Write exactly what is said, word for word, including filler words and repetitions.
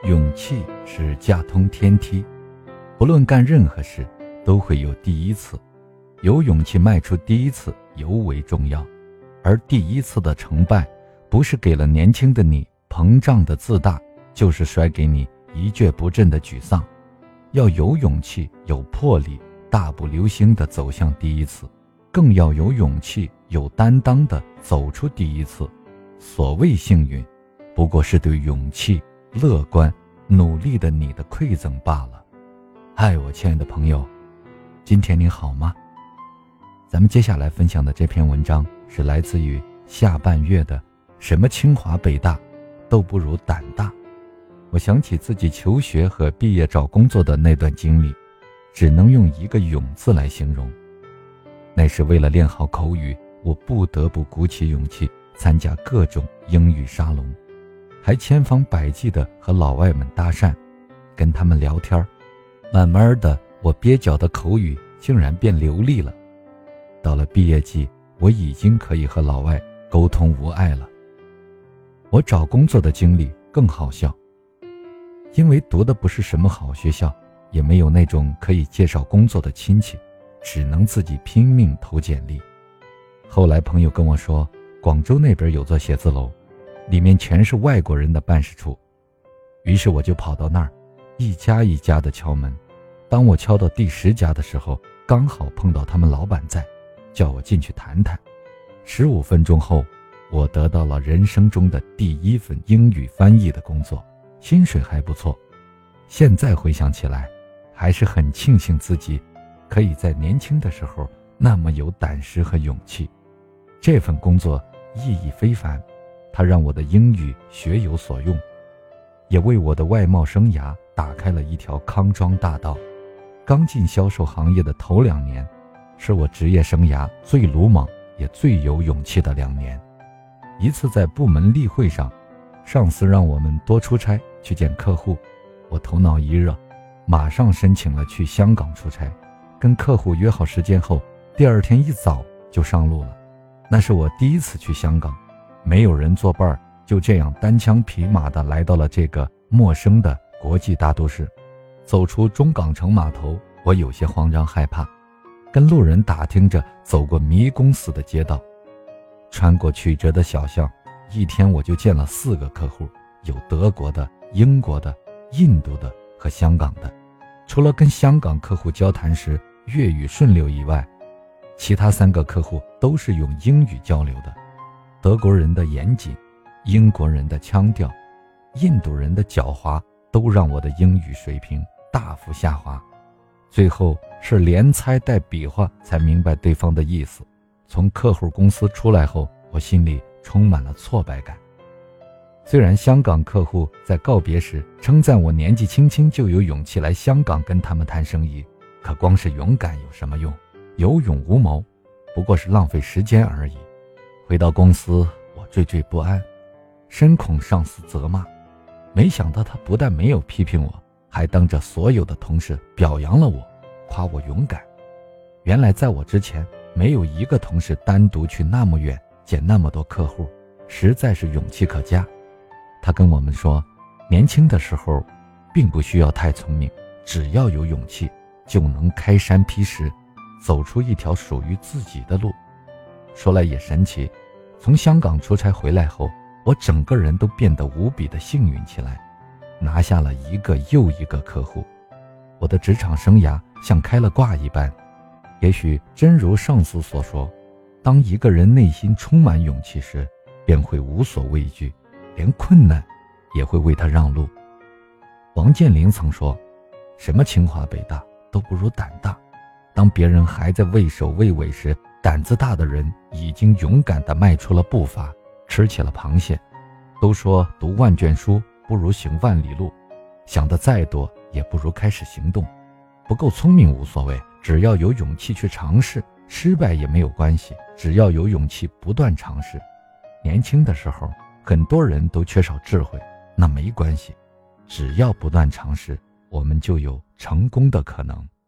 勇气是架通天梯，不论干任何事都会有第一次，有勇气迈出第一次尤为重要。而第一次的成败，不是给了年轻的你膨胀的自大，就是甩给你一蹶不振的沮丧。要有勇气有魄力，大步流星地走向第一次，更要有勇气有担当地走出第一次。所谓幸运，不过是对勇气、乐观、努力的你的馈赠罢了。嗨，我亲爱的朋友，今天你好吗？咱们接下来分享的这篇文章是来自于下半月的什么清华北大都不如胆大。我想起自己求学和毕业找工作的那段经历，只能用一个勇字来形容。那是为了练好口语，我不得不鼓起勇气参加各种英语沙龙，还千方百计地和老外们搭讪，跟他们聊天。慢慢的，我蹩脚的口语竟然变流利了。到了毕业季，我已经可以和老外沟通无碍了。我找工作的经历更好笑，因为读的不是什么好学校，也没有那种可以介绍工作的亲戚，只能自己拼命投简历。后来朋友跟我说，广州那边有座写字楼，里面全是外国人的办事处。于是我就跑到那儿，一家一家的敲门。当我敲到第十家的时候，刚好碰到他们老板在，叫我进去谈谈。十五分钟后，我得到了人生中的第一份英语翻译的工作，薪水还不错。现在回想起来，还是很庆幸自己可以在年轻的时候那么有胆识和勇气。这份工作意义非凡，它让我的英语学有所用，也为我的外贸生涯打开了一条康庄大道。刚进销售行业的头两年，是我职业生涯最鲁莽也最有勇气的两年。一次在部门例会上，上司让我们多出差去见客户，我头脑一热，马上申请了去香港出差。跟客户约好时间后，第二天一早就上路了。那是我第一次去香港，没有人作伴，就这样单枪匹马地来到了这个陌生的国际大都市。走出中港城码头，我有些慌张害怕，跟路人打听着走过迷宫似的街道，穿过曲折的小巷，一天我就见了四个客户，有德国的、英国的、印度的和香港的。除了跟香港客户交谈时粤语顺溜以外，其他三个客户都是用英语交流的。德国人的严谨，英国人的腔调，印度人的狡猾，都让我的英语水平大幅下滑。最后是连猜带比划才明白对方的意思。从客户公司出来后，我心里充满了挫败感。虽然香港客户在告别时称赞我年纪轻轻就有勇气来香港跟他们谈生意，可光是勇敢有什么用？有勇无谋，不过是浪费时间而已。回到公司，我惴惴不安，深恐上司责骂。没想到他不但没有批评我，还当着所有的同事表扬了我，夸我勇敢。原来在我之前，没有一个同事单独去那么远见那么多客户，实在是勇气可嘉。他跟我们说，年轻的时候并不需要太聪明，只要有勇气，就能开山劈石，走出一条属于自己的路。说来也神奇，从香港出差回来后，我整个人都变得无比的幸运起来，拿下了一个又一个客户。我的职场生涯像开了挂一般。也许真如上司所说，当一个人内心充满勇气时，便会无所畏惧，连困难也会为他让路。王健林曾说，什么清华北大都不如胆大。当别人还在畏首畏尾时，胆子大的人已经勇敢地迈出了步伐，吃起了螃蟹。都说读万卷书不如行万里路，想得再多也不如开始行动。不够聪明无所谓，只要有勇气去尝试，失败也没有关系，只要有勇气不断尝试。年轻的时候，很多人都缺少智慧，那没关系，只要不断尝试，我们就有成功的可能。